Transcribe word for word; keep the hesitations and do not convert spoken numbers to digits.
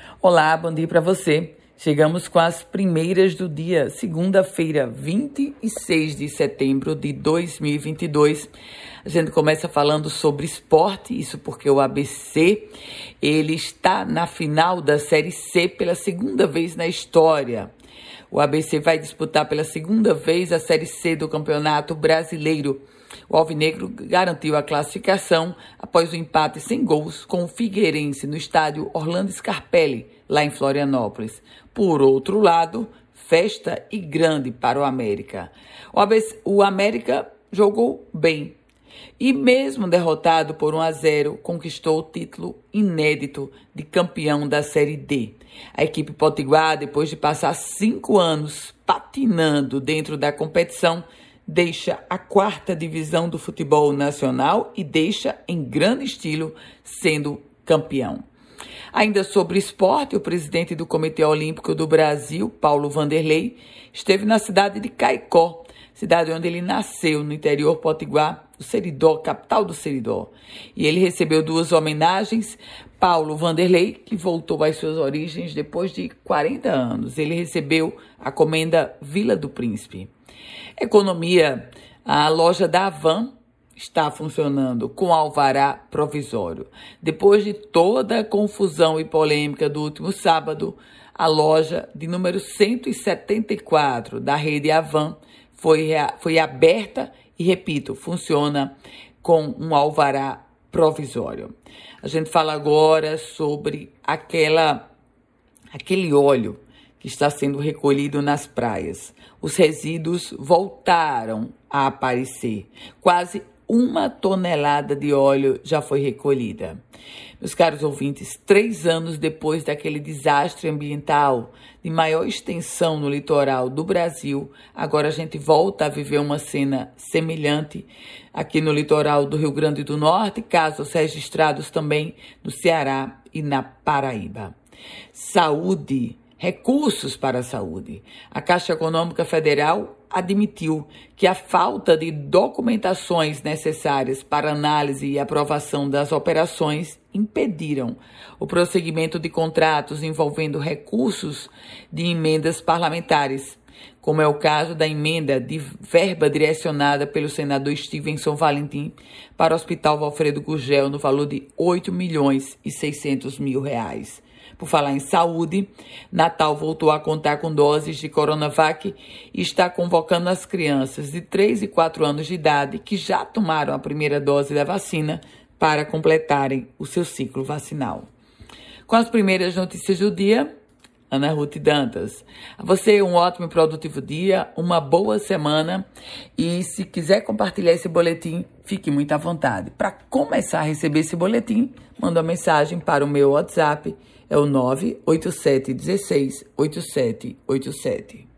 Olá, bom dia para você. Chegamos com as primeiras do dia, segunda-feira, vinte e seis de setembro de dois mil e vinte e dois. A gente começa falando sobre esporte, isso porque o A B C, ele está na final da Série C pela segunda vez na história. O A B C vai disputar pela segunda vez a Série C do Campeonato Brasileiro. O Alvinegro garantiu a classificação após o empate sem gols com o Figueirense no estádio Orlando Scarpelli, lá em Florianópolis. Por outro lado, festa e grande para o América. O, A B C, o América jogou bem e, mesmo derrotado por um a zero, conquistou o título inédito de campeão da Série D. A equipe potiguar, depois de passar cinco anos patinando dentro da competição, deixa a quarta divisão do futebol nacional e deixa em grande estilo sendo campeão. Ainda sobre esporte, o presidente do Comitê Olímpico do Brasil, Paulo Vanderlei, esteve na cidade de Caicó, cidade onde ele nasceu, no interior potiguar, o Seridó, capital do Seridó. E ele recebeu duas homenagens. Paulo Vanderlei, que voltou às suas origens depois de quarenta anos. Ele recebeu a comenda Vila do Príncipe. Economia, a loja da Havan está funcionando com alvará provisório. Depois de toda a confusão e polêmica do último sábado, a loja de número cento e setenta e quatro da rede Havan foi, foi aberta e, repito, funciona com um alvará provisório. A gente fala agora sobre aquela, aquele óleo que está sendo recolhido nas praias. Os resíduos voltaram a aparecer. Quase uma tonelada de óleo já foi recolhida. Meus caros ouvintes, três anos depois daquele desastre ambiental de maior extensão no litoral do Brasil, agora a gente volta a viver uma cena semelhante aqui no litoral do Rio Grande do Norte, casos registrados também no Ceará e na Paraíba. Saúde. Recursos para a saúde. A Caixa Econômica Federal admitiu que a falta de documentações necessárias para análise e aprovação das operações impediram o prosseguimento de contratos envolvendo recursos de emendas parlamentares, como é o caso da emenda de verba direcionada pelo senador Stevenson Valentim para o Hospital Valfredo Gurgel no valor de oito milhões e seiscentos mil reais. Por falar em saúde, Natal voltou a contar com doses de Coronavac e está convocando as crianças de três e quatro anos de idade que já tomaram a primeira dose da vacina para completarem o seu ciclo vacinal. Com as primeiras notícias do dia, Ana Ruth Dantas. A você um ótimo e produtivo dia, uma boa semana e se quiser compartilhar esse boletim, fique muito à vontade. Para começar a receber esse boletim, manda uma mensagem para o meu WhatsApp, é o nove oito sete um seis oito sete oito sete.